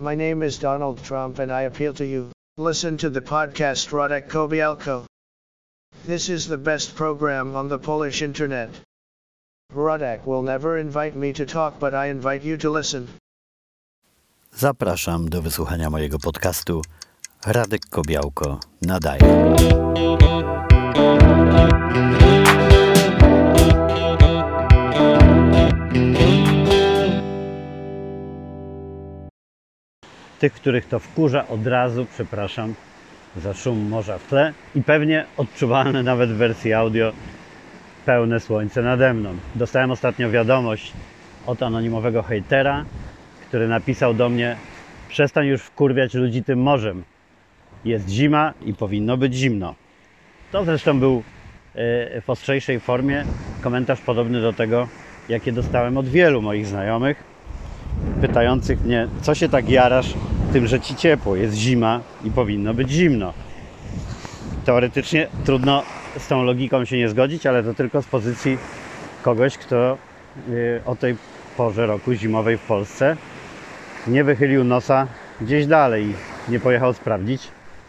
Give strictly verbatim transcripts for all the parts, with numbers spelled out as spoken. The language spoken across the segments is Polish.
My name is Donald Trump and I appeal to you. Listen to the podcast Rodek Kobialko. This is the best program on the Polish internet. Rodek will never invite me to talk, but I invite you to listen. Zapraszam do wysłuchania mojego podcastu. Radek Kobiałko nadaje. Tych, których to wkurza, od razu przepraszam za szum morza w tle i pewnie odczuwalne nawet w wersji audio pełne słońce nade mną. Dostałem ostatnio wiadomość od anonimowego hejtera, który napisał do mnie: przestań już wkurwiać ludzi tym morzem. Jest zima i powinno być zimno. To zresztą był w ostrzejszej formie komentarz podobny do tego, jakie dostałem od wielu moich znajomych, pytających mnie, co się tak jarasz tym, że ci ciepło, jest zima i powinno być zimno. Teoretycznie trudno z tą logiką się nie zgodzić, ale to tylko z pozycji kogoś, kto o tej porze roku zimowej w Polsce nie wychylił nosa gdzieś dalej i nie pojechał sprawdzić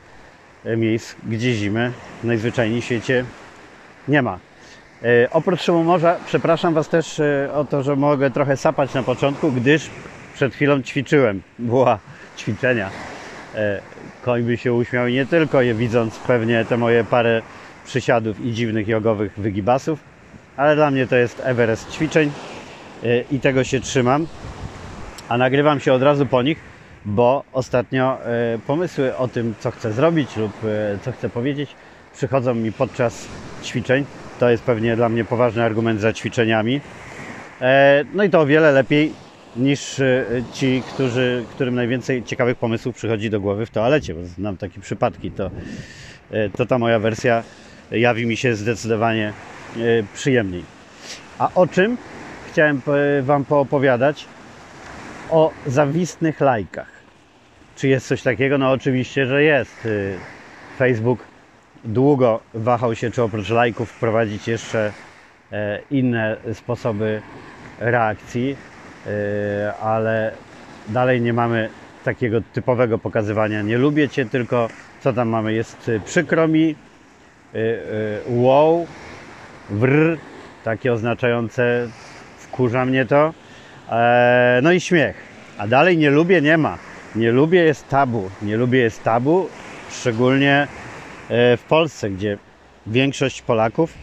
miejsc, gdzie zimy najzwyczajniej w świecie nie ma. E, oprócz szumu morza przepraszam Was też e, o to, że mogę trochę sapać na początku, gdyż przed chwilą ćwiczyłem. Była ćwiczenia. E, koń by się uśmiał i nie tylko je widząc pewnie te moje parę przysiadów i dziwnych jogowych wygibasów, ale dla mnie to jest Everest ćwiczeń e, i tego się trzymam. A nagrywam się od razu po nich, bo ostatnio e, pomysły o tym, co chcę zrobić lub e, co chcę powiedzieć, przychodzą mi podczas ćwiczeń. To jest pewnie dla mnie poważny argument za ćwiczeniami. E, no i to o wiele lepiej niż e, ci, którzy, którym najwięcej ciekawych pomysłów przychodzi do głowy w toalecie, bo znam takie przypadki. To, e, to ta moja wersja jawi mi się zdecydowanie e, przyjemniej. A o czym chciałem e, Wam poopowiadać? O zawistnych lajkach. Czy jest coś takiego? No oczywiście, że jest. Facebook długo wahał się, czy oprócz lajków wprowadzić jeszcze inne sposoby reakcji, ale dalej nie mamy takiego typowego pokazywania nie lubię Cię, tylko co tam mamy? Jest przykro mi, wow, wr, takie oznaczające wkurza mnie to. No i śmiech. A dalej nie lubię nie ma. Nie lubię jest tabu. Nie lubię jest tabu, szczególnie w Polsce, gdzie większość Polaków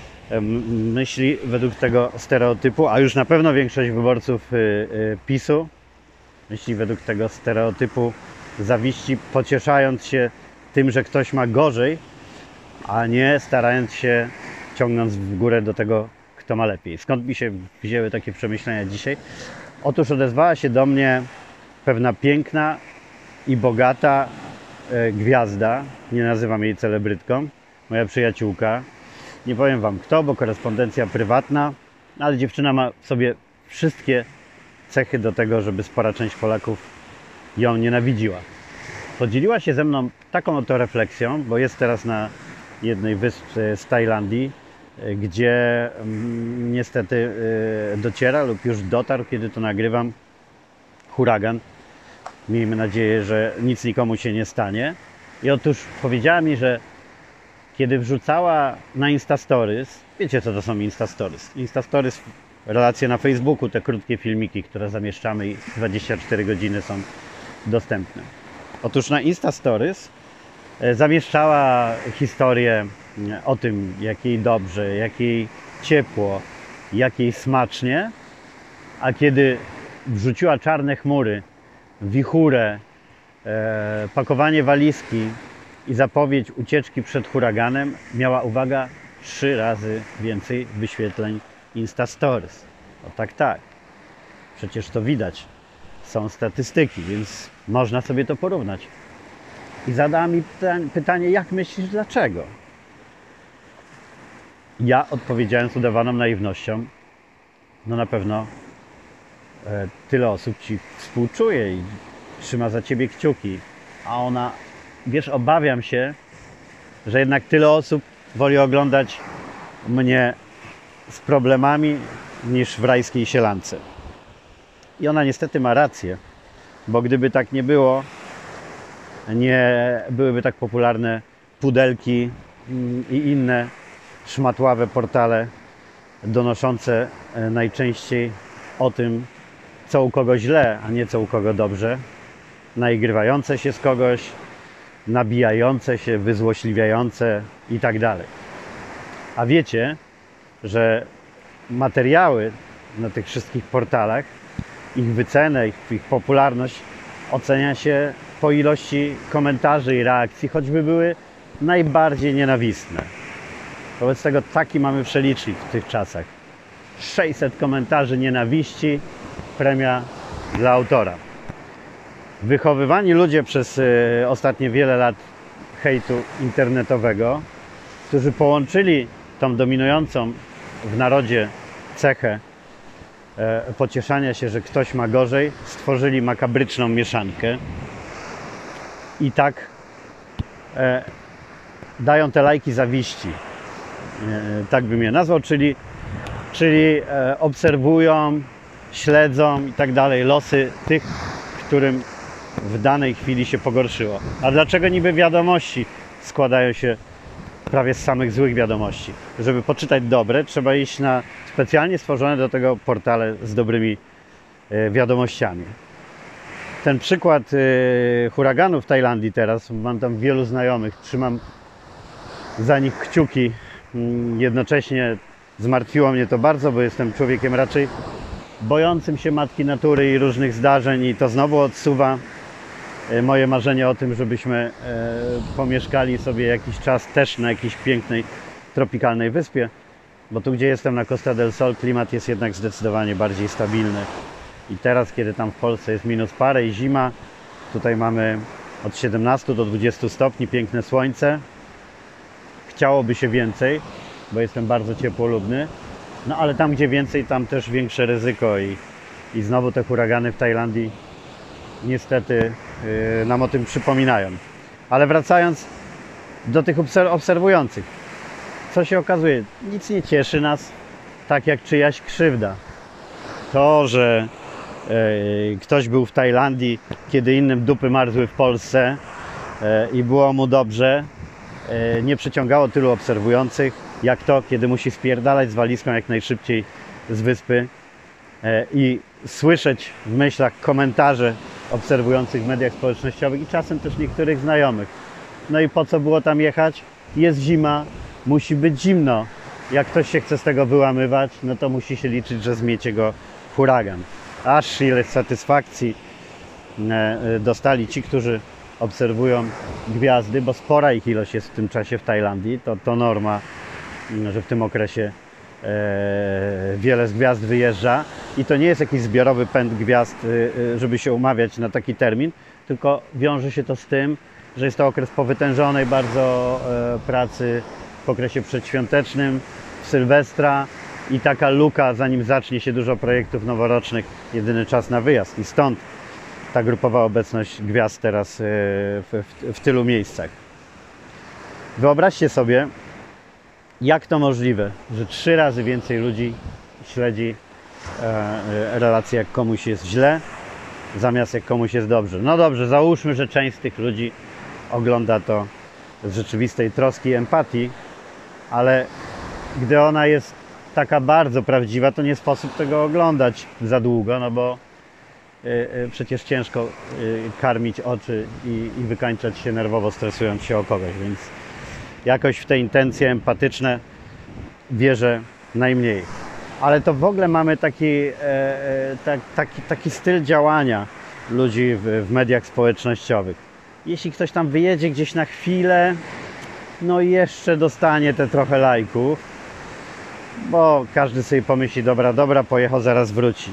myśli według tego stereotypu, a już na pewno większość wyborców PiSu myśli według tego stereotypu zawiści, pocieszając się tym, że ktoś ma gorzej, a nie starając się ciągnąc w górę do tego, kto ma lepiej. Skąd mi się wzięły takie przemyślenia dzisiaj? Otóż odezwała się do mnie pewna piękna i bogata e, gwiazda, nie nazywam jej celebrytką, moja przyjaciółka. Nie powiem Wam kto, bo korespondencja prywatna, ale dziewczyna ma w sobie wszystkie cechy do tego, żeby spora część Polaków ją nienawidziła. Podzieliła się ze mną taką oto refleksją, bo jest teraz na jednej wyspie z Tajlandii, gdzie mm, niestety y, dociera lub już dotarł, kiedy to nagrywam, huragan. Miejmy nadzieję, że nic nikomu się nie stanie. I otóż powiedziała mi, że kiedy wrzucała na Instastories, wiecie co to są Instastories? Instastories, relacje na Facebooku, te krótkie filmiki, które zamieszczamy i dwadzieścia cztery godziny są dostępne. Otóż na Instastories zamieszczała historię o tym, jak jej dobrze, jak jej ciepło, jak jej smacznie, a kiedy wrzuciła czarne chmury, wichurę, e, pakowanie walizki i zapowiedź ucieczki przed huraganem, miała, uwaga, trzy razy więcej wyświetleń Instastories. O tak, tak. Przecież to widać. Są statystyki, więc można sobie to porównać. I zadała mi pytanie, jak myślisz, dlaczego? Ja odpowiedziałem z udawaną naiwnością, no na pewno e, tyle osób Ci współczuje i trzyma za Ciebie kciuki, a ona, wiesz, obawiam się, że jednak tyle osób woli oglądać mnie z problemami niż w rajskiej sielance. I ona niestety ma rację, bo gdyby tak nie było, nie byłyby tak popularne Pudelki i inne szmatławe portale donoszące najczęściej o tym, co u kogo źle, a nie co u kogo dobrze, naigrywające się z kogoś, nabijające się, wyzłośliwiające i tak dalej. A wiecie, że materiały na tych wszystkich portalach, ich wycenę, ich, ich popularność ocenia się po ilości komentarzy i reakcji, choćby były najbardziej nienawistne. Wobec tego taki mamy przelicznik w tych czasach. sześćset komentarzy nienawiści, premia dla autora. Wychowywani ludzie przez y, ostatnie wiele lat hejtu internetowego, którzy połączyli tą dominującą w narodzie cechę e, pocieszania się, że ktoś ma gorzej, stworzyli makabryczną mieszankę i tak e, dają te lajki zawiści, e, tak bym je nazwał, czyli, czyli e, obserwują, śledzą i tak dalej losy tych, którym w danej chwili się pogorszyło. A dlaczego niby wiadomości składają się prawie z samych złych wiadomości? Żeby poczytać dobre, trzeba iść na specjalnie stworzone do tego portale z dobrymi e, wiadomościami. Ten przykład e, huraganu w Tajlandii teraz, mam tam wielu znajomych, trzymam za nich kciuki. Jednocześnie zmartwiło mnie to bardzo, bo jestem człowiekiem raczej bojącym się matki natury i różnych zdarzeń i to znowu odsuwa moje marzenie o tym, żebyśmy pomieszkali sobie jakiś czas też na jakiejś pięknej, tropikalnej wyspie, bo tu, gdzie jestem na Costa del Sol, klimat jest jednak zdecydowanie bardziej stabilny. I teraz, kiedy tam w Polsce jest minus parę i zima, tutaj mamy od siedemnastu do dwudziestu stopni, piękne słońce. Chciałoby się więcej, bo jestem bardzo ciepłolubny, no ale tam, gdzie więcej, tam też większe ryzyko i, i znowu te huragany w Tajlandii niestety yy, nam o tym przypominają. Ale wracając do tych obserwujących, co się okazuje? Nic nie cieszy nas tak jak czyjaś krzywda. To, że yy, ktoś był w Tajlandii, kiedy innym dupy marzły w Polsce yy, i było mu dobrze, yy, nie przyciągało tylu obserwujących, jak to, kiedy musi spierdalać z walizką jak najszybciej z wyspy yy, i słyszeć w myślach komentarze obserwujących w mediach społecznościowych i czasem też niektórych znajomych. No i po co było tam jechać? Jest zima, musi być zimno. Jak ktoś się chce z tego wyłamywać, no to musi się liczyć, że zmiecie go huragan. Aż ile satysfakcji dostali ci, którzy obserwują gwiazdy, bo spora ich ilość jest w tym czasie w Tajlandii. To, to norma, że w tym okresie e, wiele z gwiazd wyjeżdża i to nie jest jakiś zbiorowy pęd gwiazd, e, żeby się umawiać na taki termin, tylko wiąże się to z tym, że jest to okres powytężonej bardzo e, pracy w okresie przedświątecznym, w Sylwestra i taka luka, zanim zacznie się dużo projektów noworocznych, jedyny czas na wyjazd i stąd ta grupowa obecność gwiazd teraz e, w, w, w tylu miejscach. Wyobraźcie sobie, jak to możliwe, że trzy razy więcej ludzi śledzi e, relacje, jak komuś jest źle, zamiast jak komuś jest dobrze. No dobrze, załóżmy, że część z tych ludzi ogląda to z rzeczywistej troski i empatii, ale gdy ona jest taka bardzo prawdziwa, to nie sposób tego oglądać za długo, no bo y, y, przecież ciężko y, karmić oczy i, i wykańczać się nerwowo, stresując się o kogoś, więc jakoś w te intencje empatyczne wierzę najmniej. Ale to w ogóle mamy taki, e, e, tak, taki, taki styl działania ludzi w, w mediach społecznościowych. Jeśli ktoś tam wyjedzie gdzieś na chwilę, no i jeszcze dostanie te trochę lajków, bo każdy sobie pomyśli, dobra, dobra, pojechał, zaraz wróci.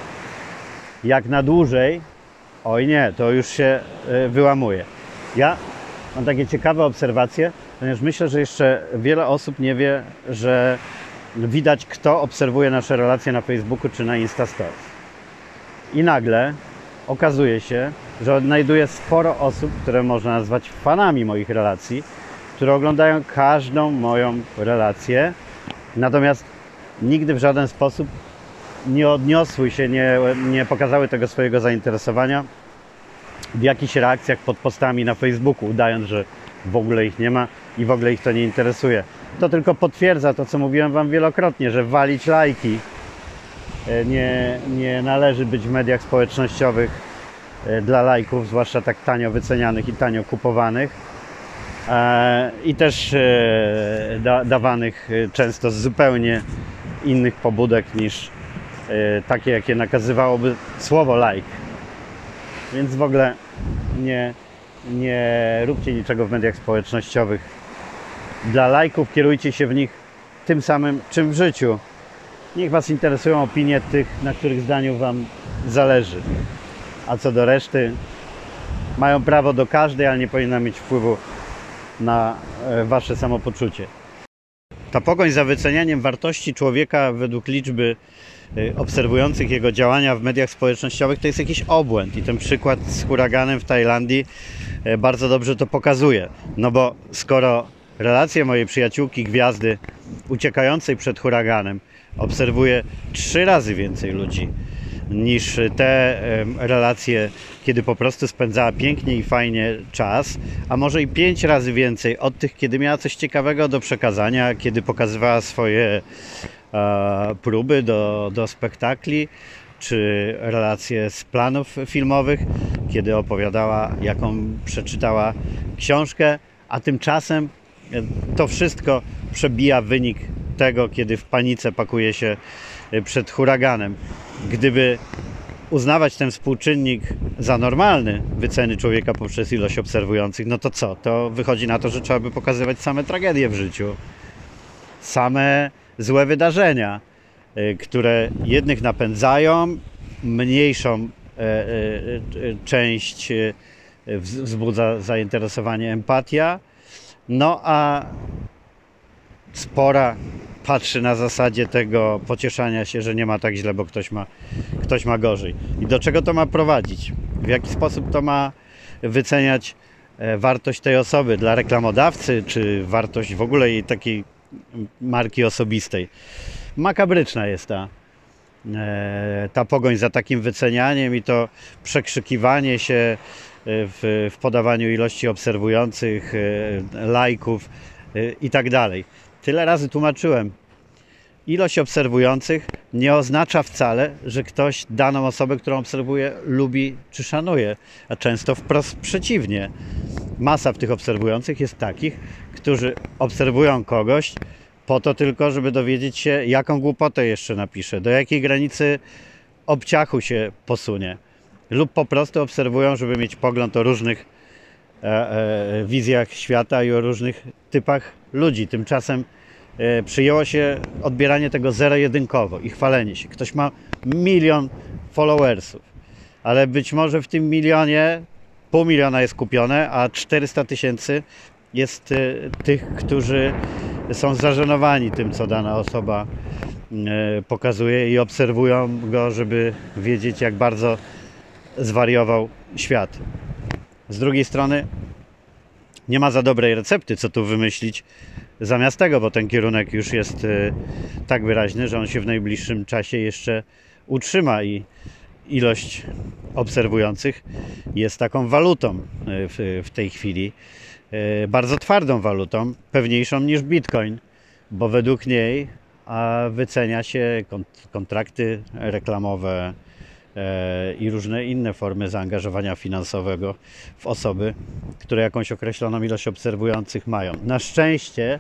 Jak na dłużej, oj nie, to już się y, wyłamuje. Ja mam takie ciekawe obserwacje, ponieważ myślę, że jeszcze wiele osób nie wie, że widać, kto obserwuje nasze relacje na Facebooku czy na Instastories. I nagle okazuje się, że odnajduję sporo osób, które można nazwać fanami moich relacji, które oglądają każdą moją relację, natomiast nigdy w żaden sposób nie odniosły się, nie, nie pokazały tego swojego zainteresowania w jakichś reakcjach pod postami na Facebooku, udając, że w ogóle ich nie ma i w ogóle ich to nie interesuje. To tylko potwierdza to, co mówiłem Wam wielokrotnie, że walić lajki nie, nie należy być w mediach społecznościowych dla lajków, zwłaszcza tak tanio wycenianych i tanio kupowanych i też da, dawanych często z zupełnie innych pobudek niż takie, jakie nakazywałoby słowo like. Więc w ogóle nie, nie róbcie niczego w mediach społecznościowych dla lajków, kierujcie się w nich tym samym, czym w życiu. Niech Was interesują opinie tych, na których zdaniu Wam zależy. A co do reszty, mają prawo do każdej, ale nie powinna mieć wpływu na Wasze samopoczucie. Ta pogoń za wycenianiem wartości człowieka według liczby obserwujących jego działania w mediach społecznościowych to jest jakiś obłęd i ten przykład z huraganem w Tajlandii bardzo dobrze to pokazuje. No bo skoro relacje mojej przyjaciółki gwiazdy uciekającej przed huraganem obserwuje trzy razy więcej ludzi niż te relacje, kiedy po prostu spędzała pięknie i fajnie czas, a może i pięć razy więcej od tych, kiedy miała coś ciekawego do przekazania, kiedy pokazywała swoje e, próby do, do spektakli, czy relacje z planów filmowych, kiedy opowiadała, jaką przeczytała książkę, a tymczasem to wszystko przebija wynik tego, kiedy w panice pakuje się przed huraganem. Gdyby uznawać ten współczynnik za normalny wyceny człowieka poprzez ilość obserwujących, no to co? To wychodzi na to, że trzeba by pokazywać same tragedie w życiu, same złe wydarzenia, które jednych napędzają, mniejszą część wzbudza zainteresowanie, empatia, no a spora patrzy na zasadzie tego pocieszania się, że nie ma tak źle, bo ktoś ma, ktoś ma gorzej. I do czego to ma prowadzić? W jaki sposób to ma wyceniać wartość tej osoby dla reklamodawcy, czy wartość w ogóle jej takiej marki osobistej? Makabryczna jest ta, ta pogoń za takim wycenianiem i to przekrzykiwanie się w, w podawaniu ilości obserwujących, lajków i tak dalej. Tyle razy tłumaczyłem, ilość obserwujących nie oznacza wcale, że ktoś daną osobę, którą obserwuje, lubi czy szanuje, a często wprost przeciwnie. Masa w tych obserwujących jest takich, którzy obserwują kogoś po to tylko, żeby dowiedzieć się, jaką głupotę jeszcze napisze, do jakiej granicy obciachu się posunie, lub po prostu obserwują, żeby mieć pogląd o różnych e, e, wizjach świata i o różnych typach ludzi. Tymczasem e, przyjęło się odbieranie tego zero-jedynkowo i chwalenie się. Ktoś ma milion followersów, ale być może w tym milionie pół miliona jest kupione, a czterysta tysięcy jest e, tych, którzy są zażenowani tym, co dana osoba e, pokazuje i obserwują go, żeby wiedzieć, jak bardzo zwariował świat. Z drugiej strony nie ma za dobrej recepty, co tu wymyślić zamiast tego, bo ten kierunek już jest tak wyraźny, że on się w najbliższym czasie jeszcze utrzyma i ilość obserwujących jest taką walutą w, w tej chwili, bardzo twardą walutą, pewniejszą niż Bitcoin, bo według niej wycenia się kontrakty reklamowe i różne inne formy zaangażowania finansowego w osoby, które jakąś określoną ilość obserwujących mają. Na szczęście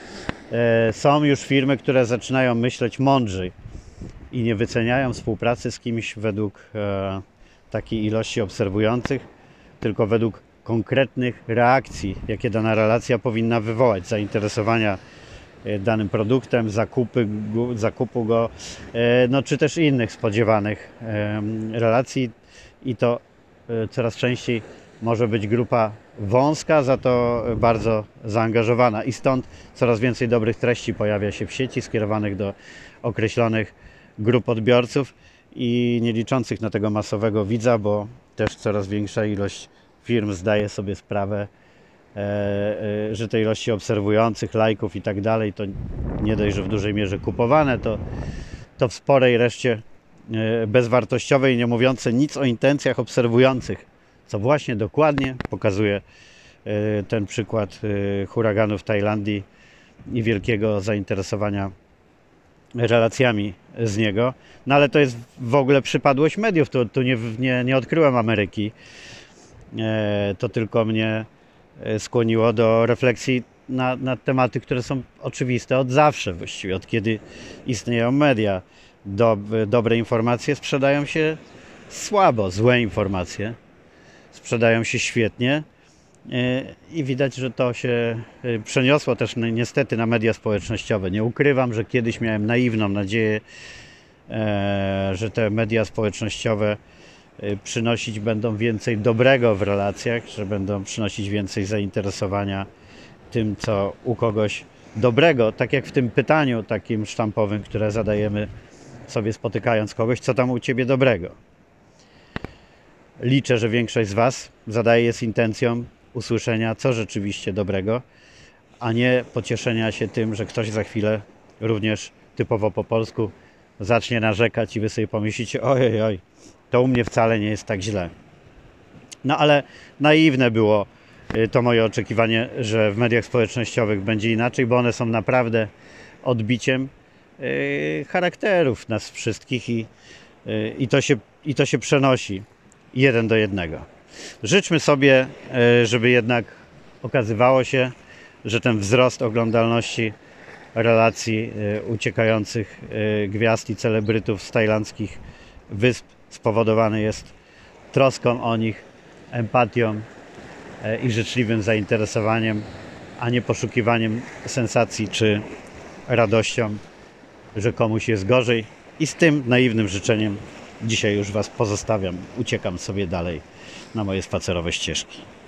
są już firmy, które zaczynają myśleć mądrzej i nie wyceniają współpracy z kimś według takiej ilości obserwujących, tylko według konkretnych reakcji, jakie dana relacja powinna wywołać, zainteresowania danym produktem, zakupy, zakupu go, no, czy też innych spodziewanych relacji i to coraz częściej może być grupa wąska, za to bardzo zaangażowana i stąd coraz więcej dobrych treści pojawia się w sieci skierowanych do określonych grup odbiorców i nie liczących na tego masowego widza, bo też coraz większa ilość firm zdaje sobie sprawę, że te ilości obserwujących, lajków i tak dalej, to nie dość, że w dużej mierze kupowane, to, to w sporej reszcie bezwartościowe i nie mówiące nic o intencjach obserwujących co właśnie dokładnie pokazuje ten przykład huraganu w Tajlandii i wielkiego zainteresowania relacjami z niego. No ale to jest w ogóle przypadłość mediów, tu, tu nie, nie, nie odkryłem Ameryki. To tylko mnie skłoniło do refleksji na, na tematy, które są oczywiste od zawsze właściwie, od kiedy istnieją media. Do, dobre informacje sprzedają się słabo, złe informacje sprzedają się świetnie i widać, że to się przeniosło też niestety na media społecznościowe. Nie ukrywam, że kiedyś miałem naiwną nadzieję, że te media społecznościowe przynosić będą więcej dobrego w relacjach, że będą przynosić więcej zainteresowania tym, co u kogoś dobrego, tak jak w tym pytaniu takim sztampowym, które zadajemy sobie spotykając kogoś, co tam u Ciebie dobrego. Liczę, że większość z Was zadaje je z intencją usłyszenia, co rzeczywiście dobrego, a nie pocieszenia się tym, że ktoś za chwilę, również typowo po polsku, zacznie narzekać i Wy sobie pomyślicie, oj, oj, to u mnie wcale nie jest tak źle. No ale naiwne było to moje oczekiwanie, że w mediach społecznościowych będzie inaczej, bo one są naprawdę odbiciem charakterów nas wszystkich i, i, to się, i to się przenosi jeden do jednego. Życzmy sobie, żeby jednak okazywało się, że ten wzrost oglądalności relacji uciekających gwiazd i celebrytów z tajlandzkich wysp spowodowany jest troską o nich, empatią i życzliwym zainteresowaniem, a nie poszukiwaniem sensacji czy radością, że komuś jest gorzej. I z tym naiwnym życzeniem dzisiaj już Was pozostawiam. Uciekam sobie dalej na moje spacerowe ścieżki.